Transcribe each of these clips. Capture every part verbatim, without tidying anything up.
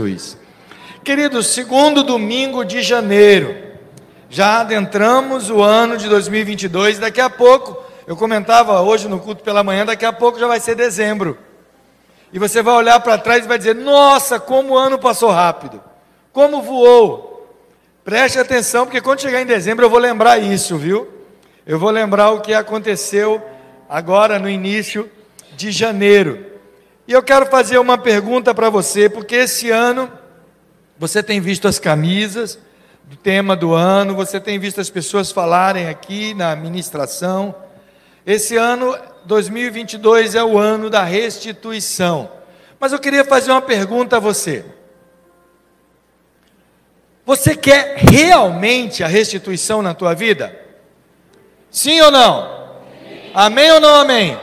Jesus. Queridos, segundo domingo de janeiro, já adentramos o ano de dois mil e vinte e dois, daqui a pouco, eu comentava hoje no culto pela manhã, daqui a pouco já vai ser dezembro, e você vai olhar para trás e vai dizer, nossa, como o ano passou rápido, como voou. Preste atenção, porque quando chegar em dezembro eu vou lembrar isso, viu? Eu vou lembrar o que aconteceu agora no início de janeiro. E eu quero fazer uma pergunta para você, porque esse ano você tem visto as camisas do tema do ano, você tem visto as pessoas falarem aqui na ministração. Esse ano, dois mil e vinte e dois, é o ano da restituição. Mas eu queria fazer uma pergunta a você. Você quer realmente a restituição na tua vida? Sim ou não? Sim. Amém ou não amém?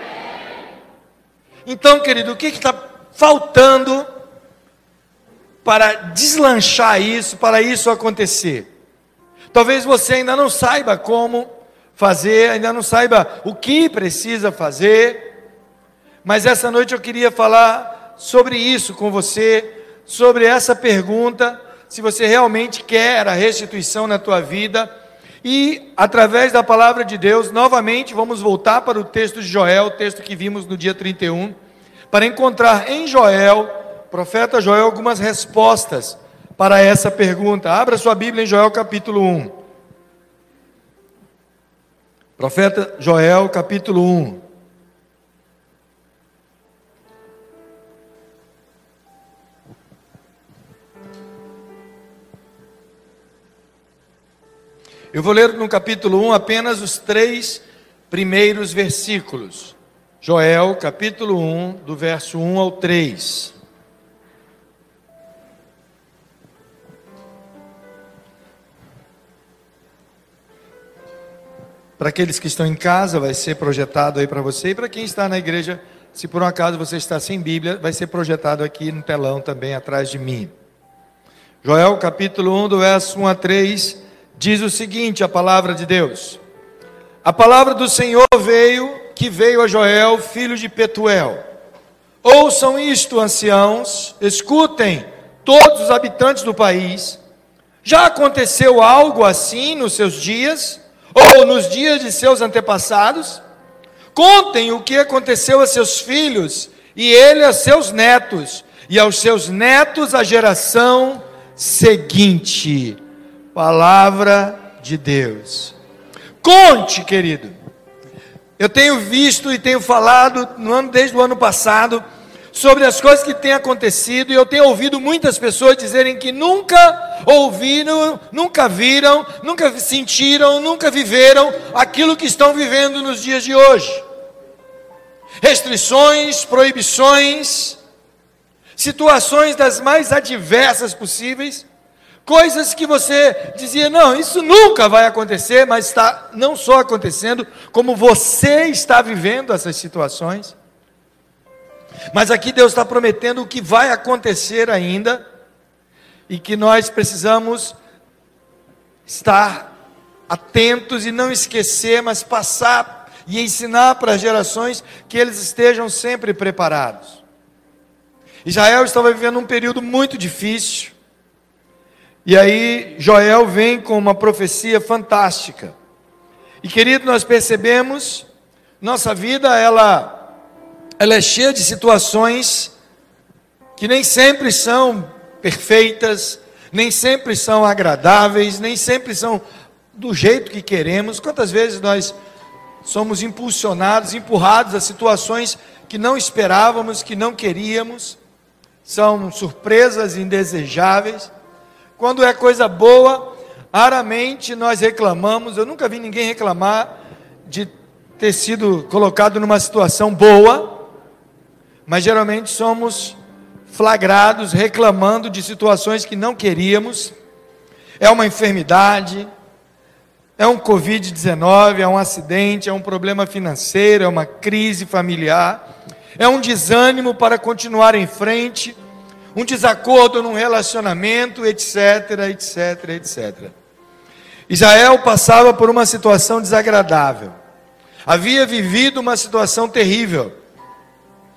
Então, querido, o que está faltando para deslanchar isso, para isso acontecer? Talvez você ainda não saiba como fazer, ainda não saiba o que precisa fazer, mas essa noite eu queria falar sobre isso com você, sobre essa pergunta, se você realmente quer a restituição na tua vida. E, através da palavra de Deus, novamente vamos voltar para o texto de Joel, o texto que vimos no dia trinta e um, para encontrar em Joel, profeta Joel, algumas respostas para essa pergunta. Abra sua Bíblia em Joel capítulo um. Profeta Joel capítulo um. Eu vou ler no capítulo um apenas os três primeiros versículos. Joel, capítulo um, do verso um ao três. Para aqueles que estão em casa, vai ser projetado aí para você. E para quem está na igreja, se por um acaso você está sem Bíblia, vai ser projetado aqui no telão também, atrás de mim. Joel, capítulo um, do verso um a três... diz o seguinte, a palavra de Deus: a palavra do Senhor veio, que veio a Joel, filho de Petuel. Ouçam isto, anciãos, escutem, todos os habitantes do país. Já aconteceu algo assim nos seus dias, ou nos dias de seus antepassados? Contem o que aconteceu a seus filhos, e ele a seus netos, e aos seus netos a geração seguinte. Palavra de Deus. Conte, querido. Eu tenho visto e tenho falado no ano, desde o ano passado sobre as coisas que têm acontecido, e eu tenho ouvido muitas pessoas dizerem que nunca ouviram, nunca viram, nunca sentiram, nunca viveram aquilo que estão vivendo nos dias de hoje. Restrições, proibições, situações das mais adversas possíveis. Coisas que você dizia, não, isso nunca vai acontecer, mas está não só acontecendo, como você está vivendo essas situações. Mas aqui Deus está prometendo o que vai acontecer ainda, e que nós precisamos estar atentos e não esquecer, mas passar e ensinar para as gerações que eles estejam sempre preparados. Israel estava vivendo um período muito difícil. E aí Joel vem com uma profecia fantástica. E querido, nós percebemos, nossa vida ela, ela é cheia de situações que nem sempre são perfeitas, nem sempre são agradáveis, nem sempre são do jeito que queremos. Quantas vezes nós somos impulsionados, empurrados a situações que não esperávamos, que não queríamos, são surpresas indesejáveis. Quando é coisa boa, raramente nós reclamamos. Eu nunca vi ninguém reclamar de ter sido colocado numa situação boa, mas geralmente somos flagrados reclamando de situações que não queríamos. É uma enfermidade, é um covid dezenove, é um acidente, é um problema financeiro, é uma crise familiar, é um desânimo para continuar em frente, um desacordo num relacionamento, etc, etc, etcétera. Israel passava por uma situação desagradável. Havia vivido uma situação terrível.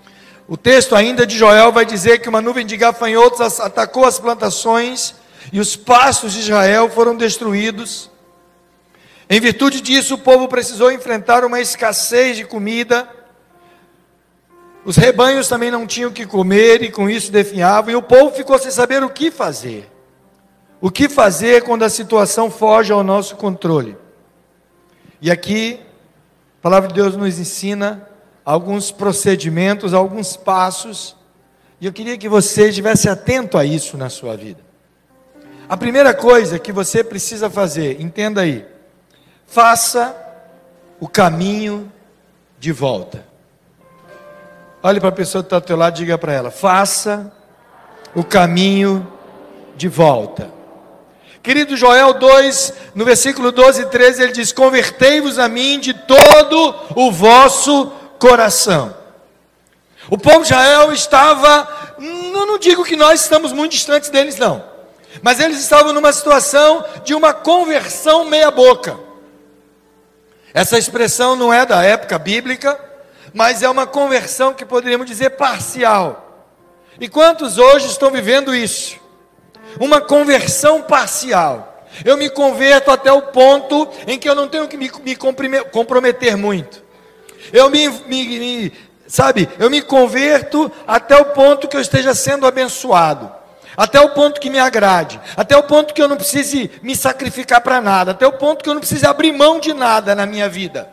O texto ainda de Joel vai dizer que uma nuvem de gafanhotos atacou as plantações e os pastos de Israel foram destruídos. Em virtude disso, o povo precisou enfrentar uma escassez de comida. Os rebanhos também não tinham o que comer e com isso definhavam. E o povo ficou sem saber o que fazer. O que fazer quando a situação foge ao nosso controle? E aqui, a palavra de Deus nos ensina alguns procedimentos, alguns passos. E eu queria que você estivesse atento a isso na sua vida. A primeira coisa que você precisa fazer, entenda aí. Faça o caminho de volta. Olhe para a pessoa que está ao teu lado e diga para ela: faça o caminho de volta. Querido, Joel dois, no versículo doze e treze, ele diz: convertei-vos a mim de todo o vosso coração. O povo de Israel estava, eu não digo que nós estamos muito distantes deles não, mas eles estavam numa situação de uma conversão meia boca. Essa expressão não é da época bíblica, mas é uma conversão que poderíamos dizer parcial. E quantos hoje estão vivendo isso? Uma conversão parcial. Eu me converto até o ponto em que eu não tenho que me, me comprometer muito. Eu me, me, me, sabe, eu me converto até o ponto que eu esteja sendo abençoado. Até o ponto que me agrade, até o ponto que eu não precise me sacrificar para nada, até o ponto que eu não precise abrir mão de nada na minha vida.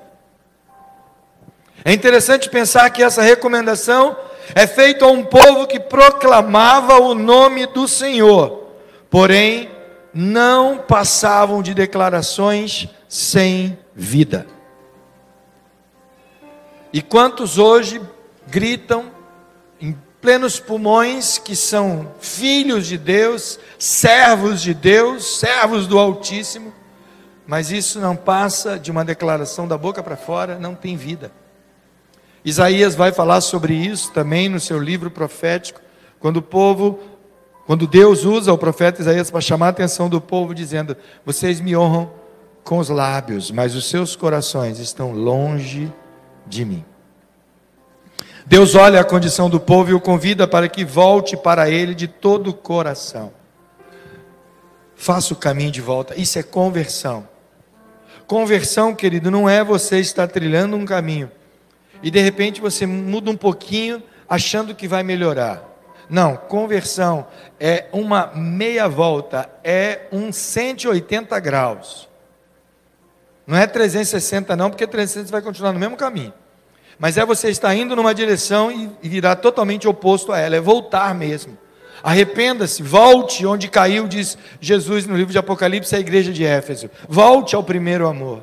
É interessante pensar que essa recomendação é feita a um povo que proclamava o nome do Senhor, porém não passavam de declarações sem vida. E quantos hoje gritam em plenos pulmões que são filhos de Deus, servos de Deus, servos do Altíssimo, mas isso não passa de uma declaração da boca para fora, não tem vida. Isaías vai falar sobre isso também no seu livro profético, quando o povo, quando Deus usa o profeta Isaías para chamar a atenção do povo, dizendo: vocês me honram com os lábios, mas os seus corações estão longe de mim. Deus olha a condição do povo e o convida para que volte para Ele de todo o coração. Faça o caminho de volta. Isso é conversão. Conversão, querido, não é você estar trilhando um caminho e de repente você muda um pouquinho achando que vai melhorar. Não, conversão é uma meia volta, é um cento e oitenta graus. Não é trezentos e sessenta não, porque trezentos e sessenta vai continuar no mesmo caminho. Mas é você estar indo numa direção e virar totalmente oposto a ela, é voltar mesmo. Arrependa-se, volte onde caiu, diz Jesus no livro de Apocalipse à igreja de Éfeso. Volte ao primeiro amor.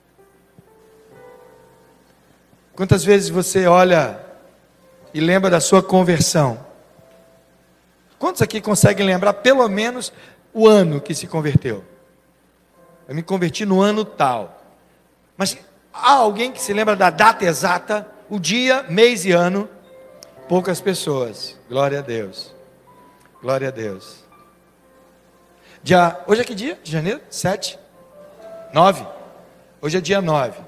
Quantas vezes você olha e lembra da sua conversão? Quantos aqui conseguem lembrar pelo menos o ano que se converteu? Eu me converti no ano tal. Mas há alguém que se lembra da data exata, o dia, mês e ano? Poucas pessoas. Glória a Deus. Glória a Deus. Dia, hoje é que dia? De janeiro? Sete? Nove? Hoje é dia nove.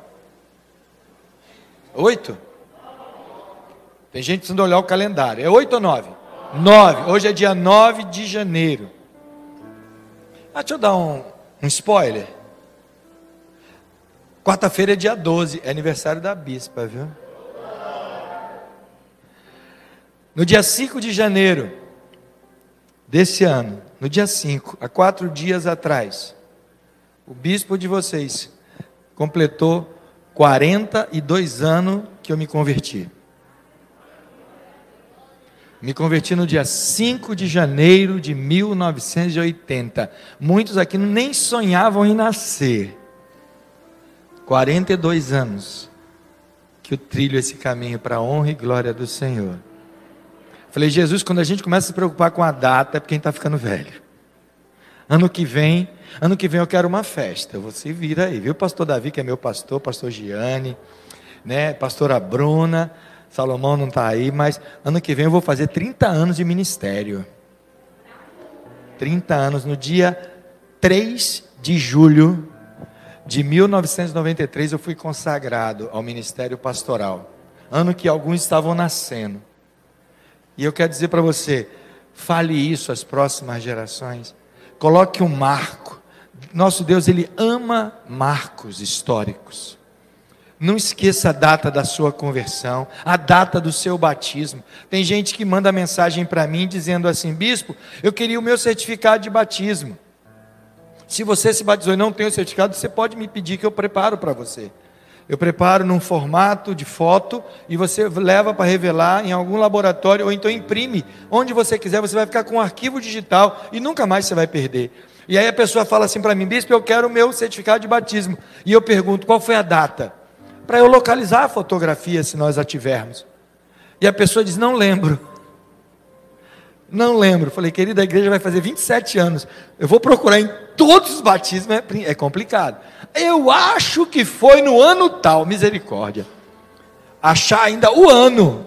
Oito? Tem gente precisando olhar o calendário. É oito ou nove? Nove. Hoje é dia nove de janeiro. Ah, deixa eu dar um, um spoiler. Quarta-feira é dia doze, é aniversário da bispa, viu? No dia cinco de janeiro desse ano, no dia cinco, há quatro dias atrás, o bispo de vocês completou quarenta e dois anos que eu me converti. Me converti no dia cinco de janeiro de mil novecentos e oitenta. Muitos aqui nem sonhavam em nascer. quarenta e dois anos que eu trilho esse caminho para a honra e glória do Senhor. Falei: Jesus, quando a gente começa a se preocupar com a data, é porque a gente está ficando velho. Ano que vem, ano que vem eu quero uma festa. Você vira aí, viu? Pastor Davi, que é meu pastor, pastor Giane, né? Pastora Bruna, Salomão não está aí, mas ano que vem eu vou fazer trinta anos de ministério. trinta anos, no dia três de julho de mil novecentos e noventa e três eu fui consagrado ao ministério pastoral. Ano que alguns estavam nascendo. E eu quero dizer para você, fale isso às próximas gerações. Coloque um marco. Nosso Deus, Ele ama marcos históricos. Não esqueça a data da sua conversão, a data do seu batismo. Tem gente que manda mensagem para mim dizendo assim: bispo, eu queria o meu certificado de batismo. Se você se batizou e não tem o certificado, você pode me pedir que eu preparo para você. Eu preparo num formato de foto e você leva para revelar em algum laboratório, ou então imprime onde você quiser. Você vai ficar com um arquivo digital e nunca mais você vai perder. E aí a pessoa fala assim para mim: bispo, eu quero o meu certificado de batismo. E eu pergunto: qual foi a data? Para eu localizar a fotografia, se nós a tivermos. E a pessoa diz: não lembro. Não lembro. Falei: querida, a igreja vai fazer vinte e sete anos. Eu vou procurar em todos os batismos, é, é complicado. Eu acho que foi no ano tal, misericórdia. Achar ainda o ano.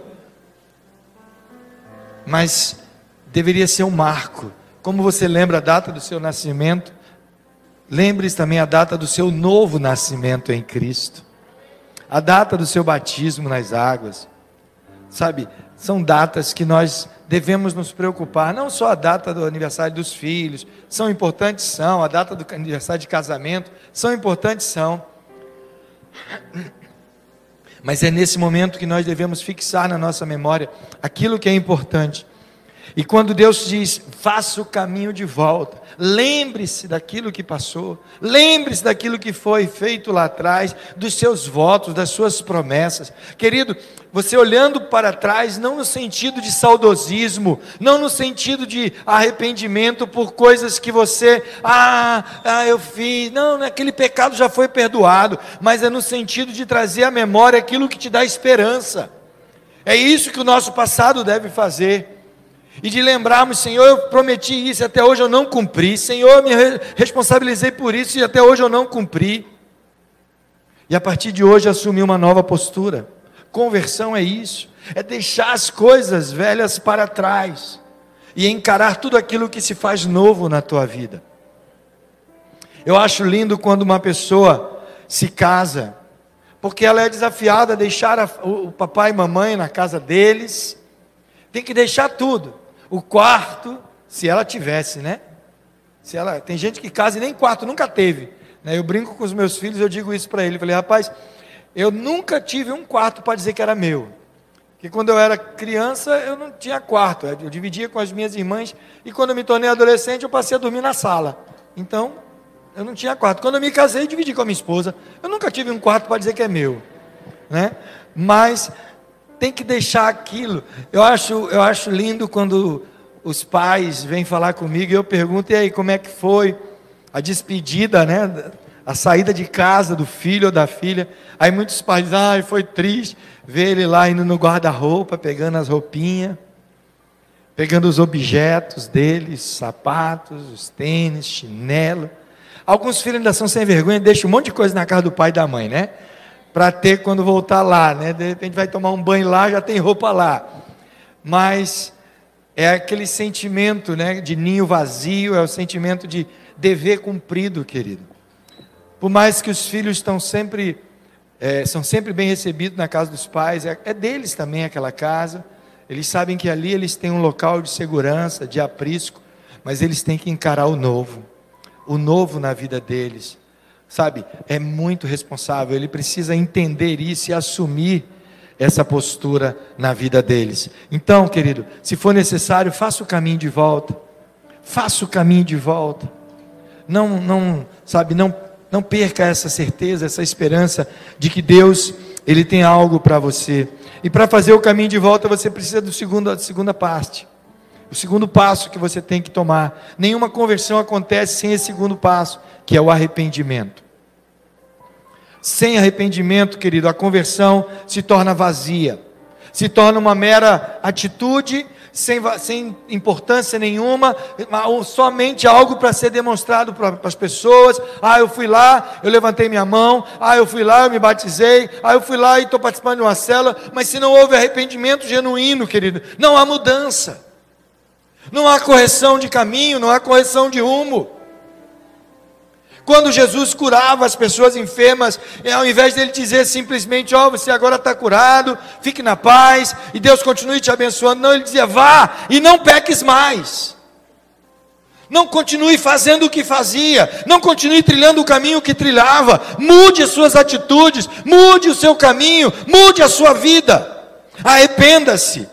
Mas deveria ser um marco. Como você lembra a data do seu nascimento, lembre-se também a data do seu novo nascimento em Cristo. A data do seu batismo nas águas. Sabe, são datas que nós devemos nos preocupar. Não só a data do aniversário dos filhos, são importantes, são. A data do aniversário de casamento, são importantes, são. Mas é nesse momento que nós devemos fixar na nossa memória aquilo que é importante. E quando Deus diz: faça o caminho de volta, lembre-se daquilo que passou, lembre-se daquilo que foi feito lá atrás, dos seus votos, das suas promessas. Querido, você olhando para trás, não no sentido de saudosismo, não no sentido de arrependimento por coisas que você, ah, ah eu fiz, não, aquele pecado já foi perdoado, mas é no sentido de trazer à memória aquilo que te dá esperança. É isso que o nosso passado deve fazer. E de lembrarmos: Senhor, eu prometi isso e até hoje eu não cumpri. Senhor, eu me responsabilizei por isso e até hoje eu não cumpri. E a partir de hoje assumir uma nova postura. Conversão é isso, é deixar as coisas velhas para trás e encarar tudo aquilo que se faz novo na tua vida. Eu acho lindo quando uma pessoa se casa, porque ela é desafiada a deixar a, o, o papai e mamãe na casa deles. Tem que deixar tudo. O quarto, se ela tivesse, né? Se ela, tem gente que casa e nem quarto nunca teve, né? Eu brinco com os meus filhos, eu digo isso para ele. Falei: rapaz, eu nunca tive um quarto para dizer que era meu. Porque quando eu era criança, eu não tinha quarto. Eu dividia com as minhas irmãs. E quando eu me tornei adolescente, eu passei a dormir na sala. Então, eu não tinha quarto. Quando eu me casei, eu dividi com a minha esposa. Eu nunca tive um quarto para dizer que é meu, né? Mas tem que deixar aquilo. Eu acho, eu acho lindo quando os pais vêm falar comigo e eu pergunto: e aí, como é que foi a despedida, né? A saída de casa do filho ou da filha. Aí muitos pais dizem: ai, foi triste ver ele lá indo no guarda-roupa, pegando as roupinhas, pegando os objetos deles, sapatos, os tênis, chinelo. Alguns filhos ainda são sem vergonha, deixam um monte de coisa na casa do pai e da mãe, né? Para ter quando voltar lá, né? De repente vai tomar um banho lá, já tem roupa lá. Mas é aquele sentimento, né, de ninho vazio, é o sentimento de dever cumprido, querido. Por mais que os filhos estão sempre, é, são sempre bem recebidos na casa dos pais, é, é deles também aquela casa. Eles sabem que ali eles têm um local de segurança, de aprisco, mas eles têm que encarar o novo, o novo na vida deles. Sabe, é muito responsável, ele precisa entender isso e assumir essa postura na vida deles. Então, querido, se for necessário, faça o caminho de volta, faça o caminho de volta, não, não, sabe, não, não perca essa certeza, essa esperança de que Deus, Ele tem algo para você. E para fazer o caminho de volta, você precisa do segundo, da segunda parte, o segundo passo que você tem que tomar. Nenhuma conversão acontece sem esse segundo passo, que é o arrependimento. Sem arrependimento, querido, a conversão se torna vazia, se torna uma mera atitude, sem, sem importância nenhuma, somente algo para ser demonstrado para as pessoas. Ah, eu fui lá, eu levantei minha mão, ah, eu fui lá, eu me batizei, ah, eu fui lá e estou participando de uma célula. Mas se não houve arrependimento genuíno, querido, não há mudança, não há correção de caminho, não há correção de rumo. Quando Jesus curava as pessoas enfermas, ao invés dele dizer simplesmente, ó, oh, você agora está curado, fique na paz, e Deus continue te abençoando, não, ele dizia, vá e não peques mais. Não continue fazendo o que fazia, não continue trilhando o caminho que trilhava, mude as suas atitudes, mude o seu caminho, mude a sua vida, arrependa-se.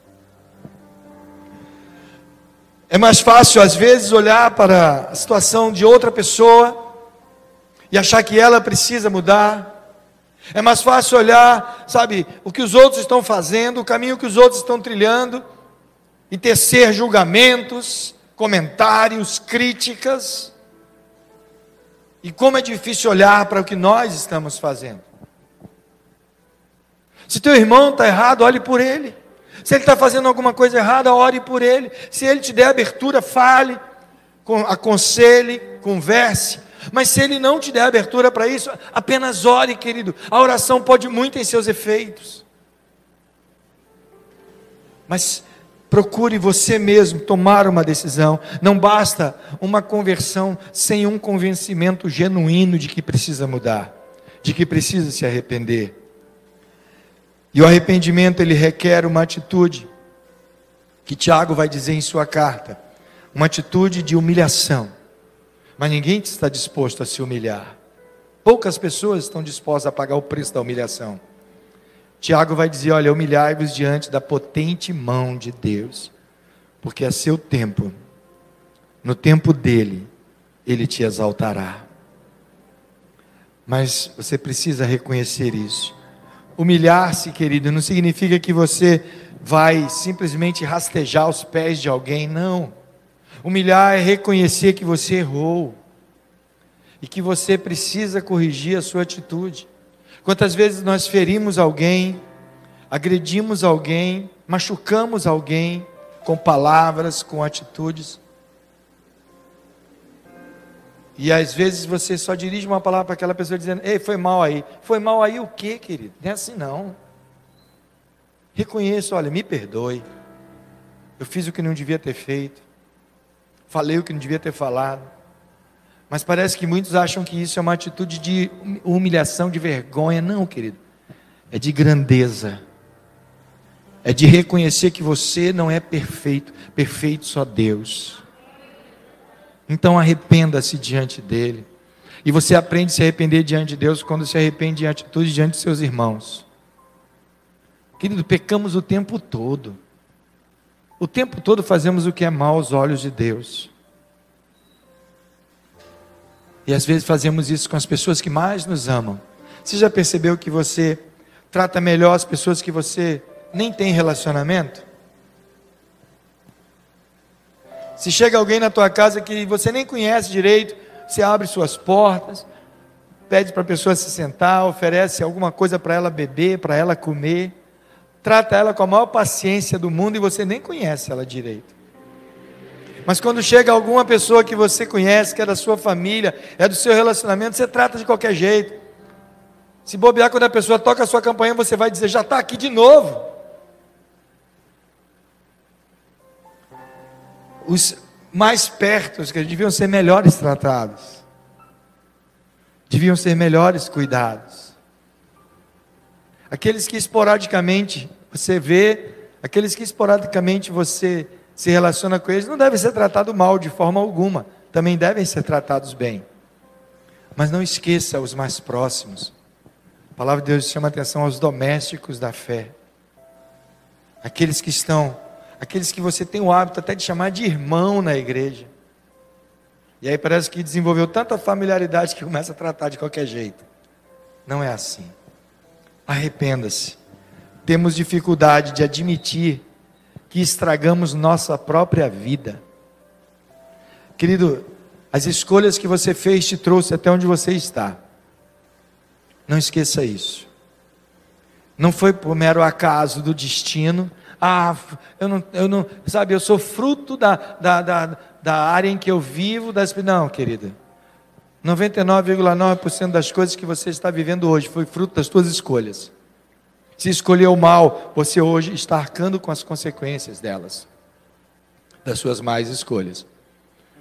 É mais fácil, às vezes, olhar para a situação de outra pessoa e achar que ela precisa mudar. É mais fácil olhar, sabe, o que os outros estão fazendo, o caminho que os outros estão trilhando, e tecer julgamentos, comentários, críticas. E como é difícil olhar para o que nós estamos fazendo. Se teu irmão está errado, olhe por ele. Se ele está fazendo alguma coisa errada, ore por ele. Se ele te der abertura, fale, aconselhe, converse. Mas se ele não te der abertura para isso, apenas ore, querido. A oração pode muito em seus efeitos. Mas procure você mesmo tomar uma decisão. Não basta uma conversão sem um convencimento genuíno de que precisa mudar, de que precisa se arrepender. E o arrependimento, ele requer uma atitude, que Tiago vai dizer em sua carta, uma atitude de humilhação. Mas ninguém está disposto a se humilhar. Poucas pessoas estão dispostas a pagar o preço da humilhação. Tiago vai dizer, olha, humilhai-vos diante da potente mão de Deus, porque a seu tempo, no tempo dele, ele te exaltará. Mas você precisa reconhecer isso. Humilhar-se, querido, não significa que você vai simplesmente rastejar os pés de alguém, não. Humilhar é reconhecer que você errou e que você precisa corrigir a sua atitude. Quantas vezes nós ferimos alguém, agredimos alguém, machucamos alguém com palavras, com atitudes, e às vezes você só dirige uma palavra para aquela pessoa dizendo, ei, foi mal aí. Foi mal aí o quê, querido? Não é assim não. Reconheço, olha, me perdoe. Eu fiz o que não devia ter feito. Falei o que não devia ter falado. Mas parece que muitos acham que isso é uma atitude de humilhação, de vergonha. Não, querido. É de grandeza. É de reconhecer que você não é perfeito. Perfeito só Deus. Então arrependa-se diante dele. E você aprende a se arrepender diante de Deus quando se arrepende em atitude diante de seus irmãos. Querido, pecamos o tempo todo. O tempo todo fazemos o que é mal aos olhos de Deus. E às vezes fazemos isso com as pessoas que mais nos amam. Você já percebeu que você trata melhor as pessoas que você nem tem relacionamento? Se chega alguém na tua casa que você nem conhece direito, você abre suas portas, pede para a pessoa se sentar, oferece alguma coisa para ela beber, para ela comer, trata ela com a maior paciência do mundo e você nem conhece ela direito. Mas quando chega alguma pessoa que você conhece, que é da sua família, é do seu relacionamento, você trata de qualquer jeito. Se bobear, quando a pessoa toca a sua campainha, você vai dizer, já está aqui de novo. Os mais perto, que deviam ser melhores tratados, deviam ser melhores cuidados. Aqueles que esporadicamente você vê, aqueles que esporadicamente você se relaciona com eles, não devem ser tratados mal de forma alguma, também devem ser tratados bem. Mas não esqueça os mais próximos. A palavra de Deus chama a atenção aos domésticos da fé. Aqueles que estão, aqueles que você tem o hábito até de chamar de irmão na igreja. E aí parece que desenvolveu tanta familiaridade que começa a tratar de qualquer jeito. Não é assim. Arrependa-se. Temos dificuldade de admitir que estragamos nossa própria vida. Querido, as escolhas que você fez te trouxe até onde você está. Não esqueça isso. Não foi por mero acaso do destino. Ah, eu não, eu não, sabe, eu sou fruto da, da, da, da área em que eu vivo. Das, não, querida. noventa e nove vírgula nove por cento das coisas que você está vivendo hoje foi fruto das suas escolhas. Se escolheu mal, você hoje está arcando com as consequências delas, das suas más escolhas.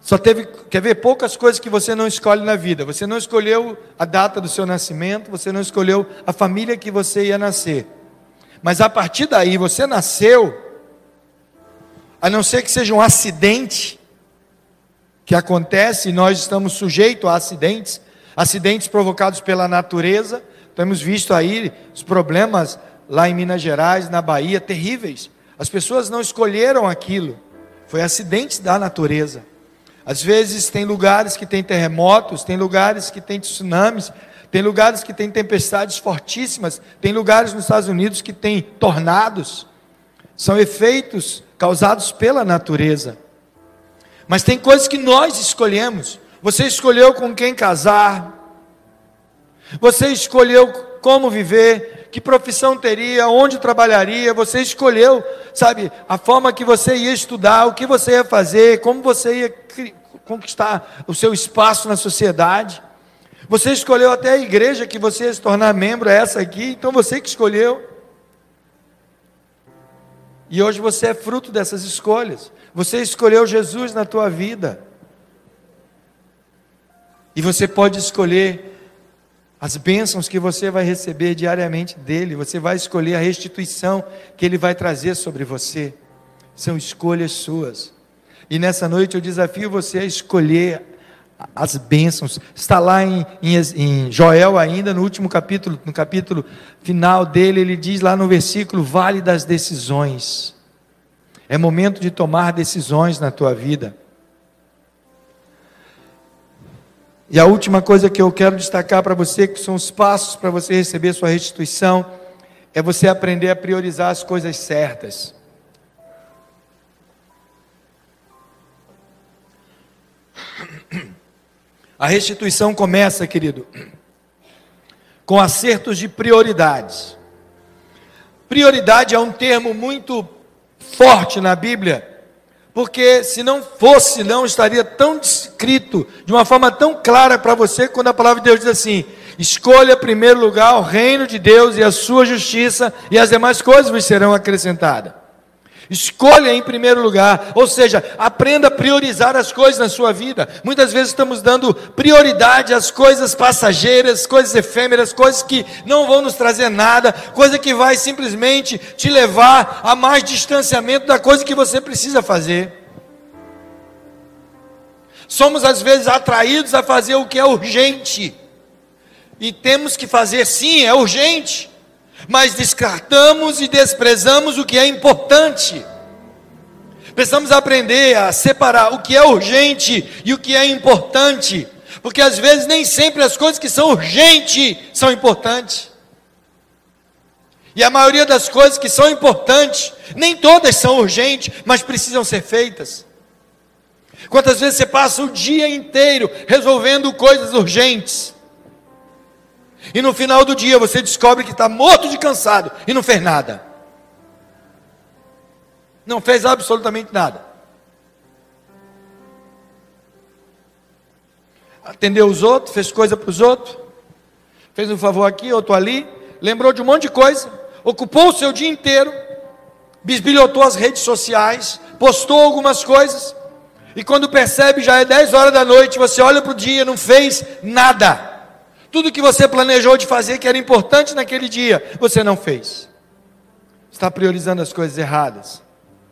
Só teve, quer ver, poucas coisas que você não escolhe na vida. Você não escolheu a data do seu nascimento, você não escolheu a família que você ia nascer. Mas a partir daí, você nasceu, a não ser que seja um acidente que acontece, e nós estamos sujeitos a acidentes, acidentes provocados pela natureza. Temos visto aí os problemas lá em Minas Gerais, na Bahia, terríveis. As pessoas não escolheram aquilo, foi acidentes da natureza. Às vezes tem lugares que tem terremotos, tem lugares que tem tsunamis, tem lugares que tem tempestades fortíssimas, tem lugares nos Estados Unidos que tem tornados. São efeitos causados pela natureza. Mas tem coisas que nós escolhemos. Você escolheu com quem casar, você escolheu como viver, que profissão teria, onde trabalharia, você escolheu, sabe, a forma que você ia estudar, o que você ia fazer, como você ia conquistar o seu espaço na sociedade. Você escolheu até a igreja que você ia se tornar membro, essa aqui, então você que escolheu. E hoje você é fruto dessas escolhas. Você escolheu Jesus na tua vida. E você pode escolher as bênçãos que você vai receber diariamente dele. Você vai escolher a restituição que ele vai trazer sobre você. São escolhas suas. E nessa noite eu desafio você a escolher as bênçãos. Está lá em, em, em Joel ainda, no último capítulo, no capítulo final dele, ele diz lá no versículo, vale das decisões. É momento de tomar decisões na tua vida. E a última coisa que eu quero destacar para você, que são os passos para você receber sua restituição, é você aprender a priorizar as coisas certas. A restituição começa, querido, com acertos de prioridades. Prioridade é um termo muito forte na Bíblia, porque se não fosse, não estaria tão descrito, de uma forma tão clara para você, quando a palavra de Deus diz assim, escolha em primeiro lugar o reino de Deus e a sua justiça, e as demais coisas vos serão acrescentadas. Escolha em primeiro lugar, ou seja, aprenda a priorizar as coisas na sua vida. Muitas vezes estamos dando prioridade às coisas passageiras, coisas efêmeras, coisas que não vão nos trazer nada, coisa que vai simplesmente te levar a mais distanciamento da coisa que você precisa fazer. Somos às vezes atraídos a fazer o que é urgente, e temos que fazer sim, é urgente, mas descartamos e desprezamos o que é importante. Precisamos aprender a separar o que é urgente e o que é importante, porque às vezes nem sempre as coisas que são urgentes são importantes, e a maioria das coisas que são importantes, nem todas são urgentes, mas precisam ser feitas. Quantas vezes você passa o dia inteiro resolvendo coisas urgentes, e no final do dia você descobre que está morto de cansado e não fez nada. Não fez absolutamente nada. Atendeu os outros, fez coisa para os outros, fez um favor aqui, outro ali, lembrou de um monte de coisa, ocupou o seu dia inteiro, bisbilhotou as redes sociais, postou algumas coisas, e quando percebe já é dez horas da noite, você olha para o dia, não fez nada. Tudo que você planejou de fazer, que era importante naquele dia, você não fez. Está priorizando as coisas erradas.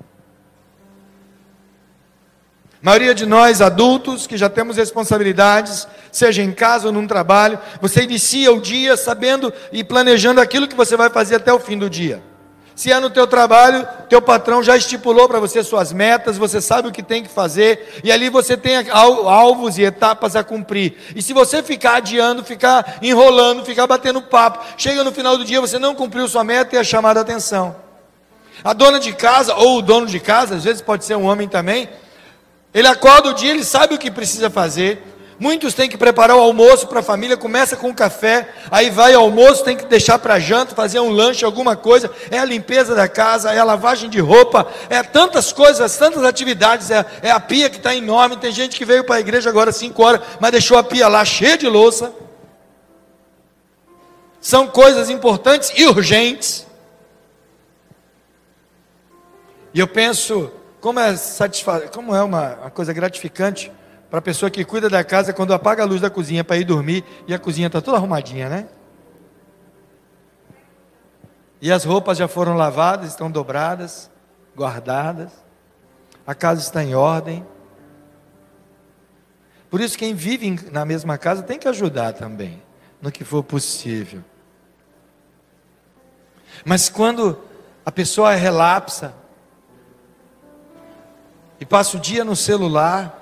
A maioria de nós, adultos, que já temos responsabilidades, seja em casa ou num trabalho, você inicia o dia sabendo e planejando aquilo que você vai fazer até o fim do dia. Se é no teu trabalho, teu patrão já estipulou para você suas metas, você sabe o que tem que fazer, e ali você tem alvos e etapas a cumprir. E se você ficar adiando, ficar enrolando, ficar batendo papo, chega no final do dia, você não cumpriu sua meta e é chamado a atenção. A dona de casa, ou o dono de casa, às vezes pode ser um homem também, ele acorda o dia, ele sabe o que precisa fazer. Muitos têm que preparar o almoço para a família, começa com o café, aí vai ao almoço, tem que deixar para janta, fazer um lanche, alguma coisa, é a limpeza da casa, é a lavagem de roupa, é tantas coisas, tantas atividades, é, é a pia que está enorme, tem gente que veio para a igreja agora cinco horas, mas deixou a pia lá cheia de louça. São coisas importantes e urgentes. E eu penso, como é, satisfa- como é uma, uma coisa gratificante, para a pessoa que cuida da casa, quando apaga a luz da cozinha para ir dormir, e a cozinha está toda arrumadinha, né? E as roupas já foram lavadas, estão dobradas, guardadas, a casa está em ordem. Por isso quem vive na mesma casa tem que ajudar também, no que for possível. Mas quando a pessoa relapsa, e passa o dia no celular,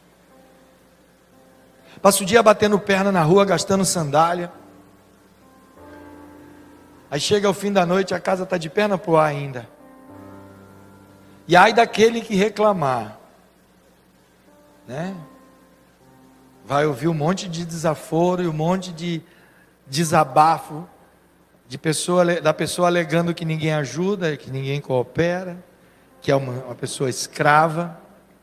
passa o dia batendo perna na rua, gastando sandália, aí chega ao fim da noite, a casa está de perna para o ar ainda. E ai daquele que reclamar, né? Vai ouvir um monte de desaforo e um monte de desabafo de pessoa, da pessoa alegando que ninguém ajuda, que ninguém coopera, que é uma, uma pessoa escrava.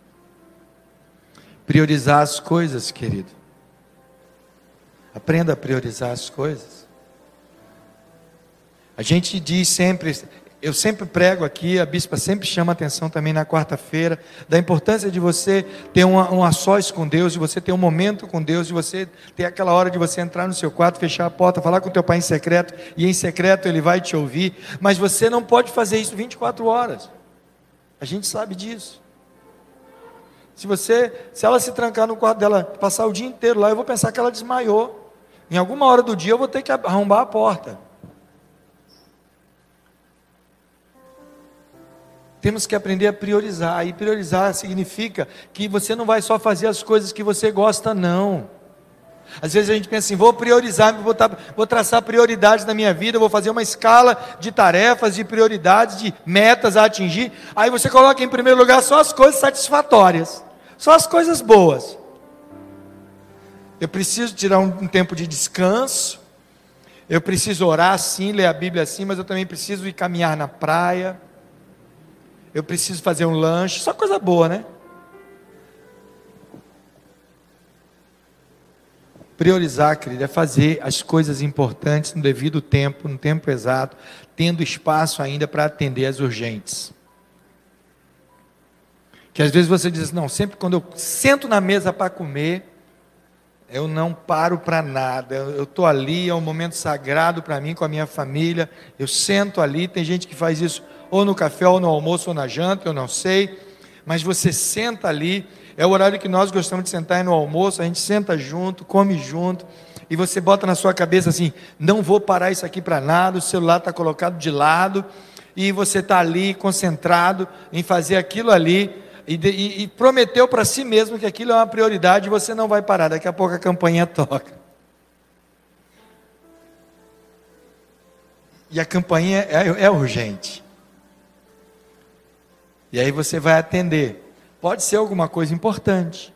Priorizar as coisas, querido. Aprenda a priorizar as coisas. A gente diz sempre, eu sempre prego aqui, a bispa sempre chama atenção também na quarta-feira, da importância de você ter um, um a sós com Deus, de você ter um momento com Deus, de você ter aquela hora de você entrar no seu quarto, fechar a porta, falar com o teu pai em secreto, e em secreto ele vai te ouvir, mas você não pode fazer isso vinte e quatro horas. A gente sabe disso. Se você, se ela se trancar no quarto dela, passar o dia inteiro lá, eu vou pensar que ela desmaiou. Em alguma hora do dia eu vou ter que arrombar a porta. Temos que aprender a priorizar. E priorizar significa que você não vai só fazer as coisas que você gosta, não. Às vezes a gente pensa assim, vou priorizar, vou, botar, vou traçar prioridades na minha vida, vou fazer uma escala de tarefas, de prioridades, de metas a atingir. Aí você coloca em primeiro lugar só as coisas satisfatórias, só as coisas boas. Eu preciso tirar um, um tempo de descanso, eu preciso orar sim, ler a Bíblia sim, mas eu também preciso ir caminhar na praia, eu preciso fazer um lanche, só coisa boa, né? Priorizar, querido, é fazer as coisas importantes no devido tempo, no tempo exato, tendo espaço ainda para atender as urgentes. Que às vezes você diz, não, sempre quando eu sento na mesa para comer, eu não paro para nada, eu estou ali, é um momento sagrado para mim, com a minha família, eu sento ali, tem gente que faz isso ou no café, ou no almoço, ou na janta, eu não sei, mas você senta ali, é o horário que nós gostamos de sentar é no almoço, a gente senta junto, come junto, e você bota na sua cabeça assim, não vou parar isso aqui para nada, o celular está colocado de lado, e você está ali concentrado em fazer aquilo ali, e, de, e, e prometeu para si mesmo que aquilo é uma prioridade, e você não vai parar, daqui a pouco a campainha toca. E a campainha é, é urgente. E aí você vai atender. Pode ser alguma coisa importante,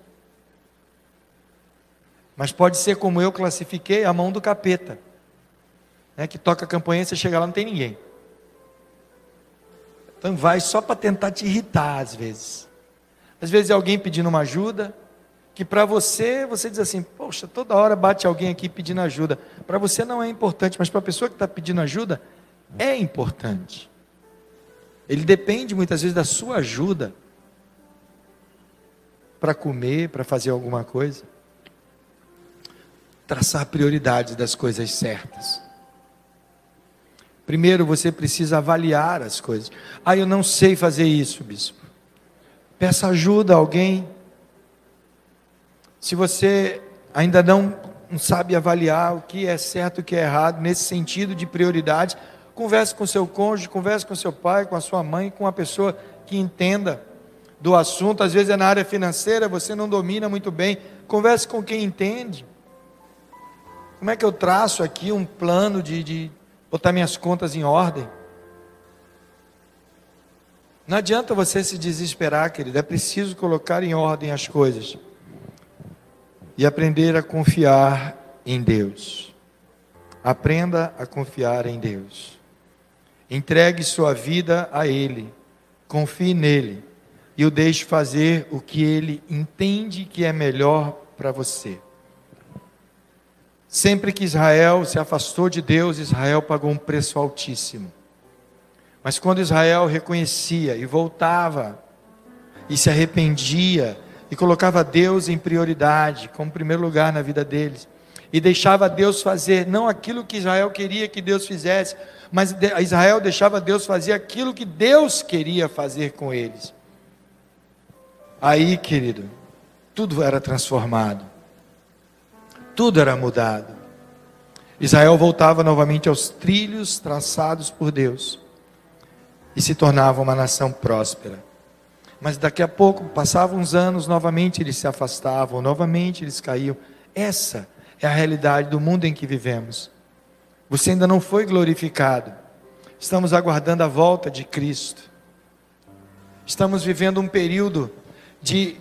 mas pode ser como eu classifiquei, a mão do capeta, né, que toca a campainha, você chega lá, não tem ninguém. Então vai só para tentar te irritar às vezes. Às vezes é alguém pedindo uma ajuda, que para você, você diz assim, poxa, toda hora bate alguém aqui pedindo ajuda. Para você não é importante, mas para a pessoa que está pedindo ajuda, é importante. Ele depende muitas vezes da sua ajuda, para comer, para fazer alguma coisa. Traçar prioridades das coisas certas. Primeiro você precisa avaliar as coisas. Ah, eu não sei fazer isso, bispo. Peça ajuda a alguém. Se você ainda não, não sabe avaliar o que é certo e o que é errado, nesse sentido de prioridade, converse com seu cônjuge, converse com seu pai, com a sua mãe, com uma pessoa que entenda do assunto. Às vezes é na área financeira, você não domina muito bem, converse com quem entende. Como é que eu traço aqui um plano de, de botar minhas contas em ordem? Não adianta você se desesperar, querido, é preciso colocar em ordem as coisas e aprender a confiar em Deus. Aprenda a confiar em Deus. Entregue sua vida a Ele, confie nele e o deixe fazer o que Ele entende que é melhor para você. Sempre que Israel se afastou de Deus, Israel pagou um preço altíssimo. Mas quando Israel reconhecia e voltava, e se arrependia, e e colocava Deus em prioridade, como primeiro lugar na vida deles, e deixava Deus fazer, não aquilo que Israel queria que Deus fizesse, mas Israel deixava Deus fazer aquilo que Deus queria fazer com eles. Aí, querido, tudo era transformado, tudo era mudado. Israel voltava novamente aos trilhos traçados por Deus, e se tornava uma nação próspera. Mas daqui a pouco, passavam uns anos, novamente eles se afastavam, novamente eles caíam. Essa é a realidade do mundo em que vivemos. Você ainda não foi glorificado. Estamos aguardando a volta de Cristo. Estamos vivendo um período de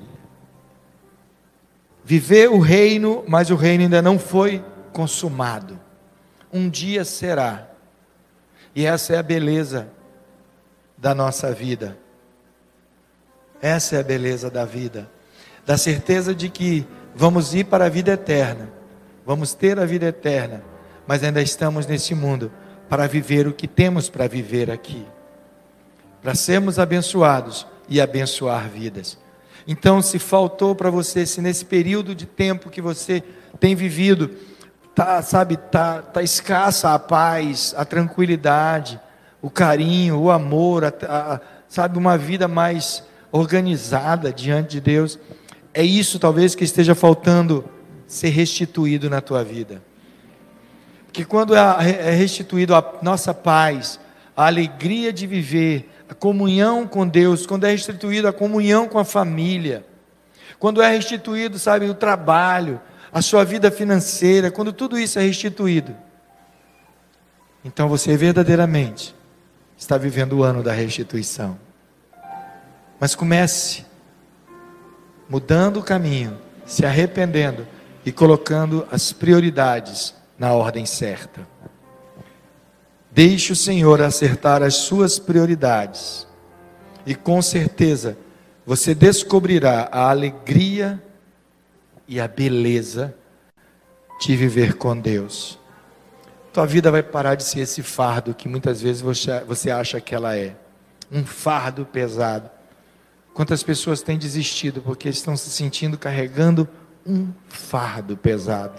viver o reino, mas o reino ainda não foi consumado. Um dia será. E essa é a beleza da nossa vida. Essa é a beleza da vida. Da certeza de que vamos ir para a vida eterna. Vamos ter a vida eterna. Mas ainda estamos nesse mundo para viver o que temos para viver aqui. Para sermos abençoados e abençoar vidas. Então, se faltou para você, se nesse período de tempo que você tem vivido, tá, sabe, tá, tá escassa a paz, a tranquilidade, o carinho, o amor, a, a, sabe, uma vida mais organizada diante de Deus, é isso talvez que esteja faltando ser restituído na tua vida. Porque quando é restituído a nossa paz, a alegria de viver, a comunhão com Deus, quando é restituído a comunhão com a família, quando é restituído, sabe, o trabalho, a sua vida financeira, quando tudo isso é restituído, então você verdadeiramente está vivendo o ano da restituição. Mas comece mudando o caminho, se arrependendo e colocando as prioridades na ordem certa. Deixe o Senhor acertar as suas prioridades, e com certeza você descobrirá a alegria e a beleza de viver com Deus. Tua vida vai parar de ser esse fardo que muitas vezes você, você acha que ela é, um fardo pesado. Quantas pessoas têm desistido porque estão se sentindo carregando um fardo pesado.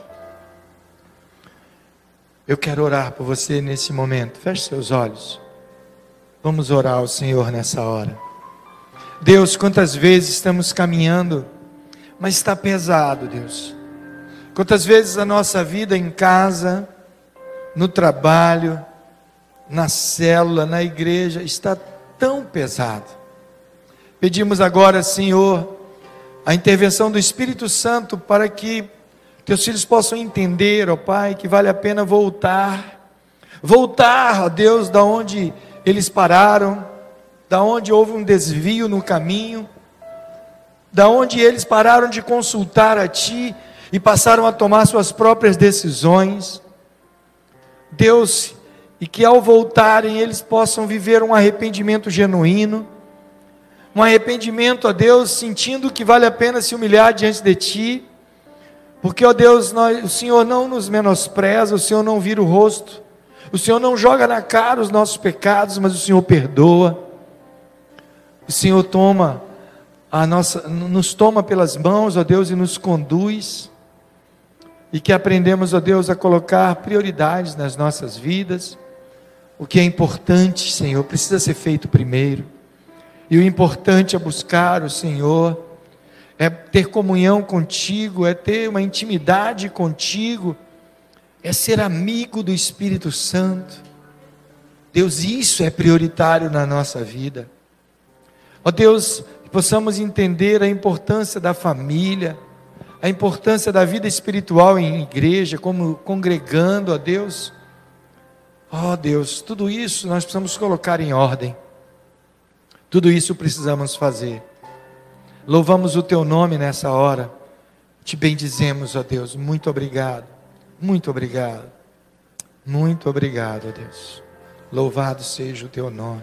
Eu quero orar por você nesse momento. Feche seus olhos. Vamos orar ao Senhor nessa hora. Deus, quantas vezes estamos caminhando, mas está pesado, Deus. Quantas vezes a nossa vida em casa, no trabalho, na célula, na igreja, está tão pesado. Pedimos agora, Senhor, a intervenção do Espírito Santo para que teus filhos possam entender, ó Pai, que vale a pena voltar, voltar, ó Deus, da onde eles pararam, da onde houve um desvio no caminho, da onde eles pararam de consultar a Ti e passaram a tomar suas próprias decisões. Deus, e que ao voltarem eles possam viver um arrependimento genuíno, um arrependimento, ó Deus, sentindo que vale a pena se humilhar diante de Ti, porque, ó Deus, nós, o Senhor não nos menospreza, o Senhor não vira o rosto, o Senhor não joga na cara os nossos pecados, mas o Senhor perdoa, o Senhor toma a nossa, nos toma pelas mãos, ó Deus, e nos conduz, e que aprendemos, ó Deus, a colocar prioridades nas nossas vidas. O que é importante, Senhor, precisa ser feito primeiro. E o importante é buscar o Senhor, é ter comunhão contigo, é ter uma intimidade contigo, é ser amigo do Espírito Santo. Deus, isso é prioritário na nossa vida. Ó Deus, que possamos entender a importância da família, a importância da vida espiritual em igreja, como congregando, ó Deus. Ó Deus, tudo isso nós precisamos colocar em ordem. Tudo isso precisamos fazer. Louvamos o Teu nome nessa hora. Te bendizemos, ó Deus. Muito obrigado. Muito obrigado. Muito obrigado, ó Deus. Louvado seja o Teu nome.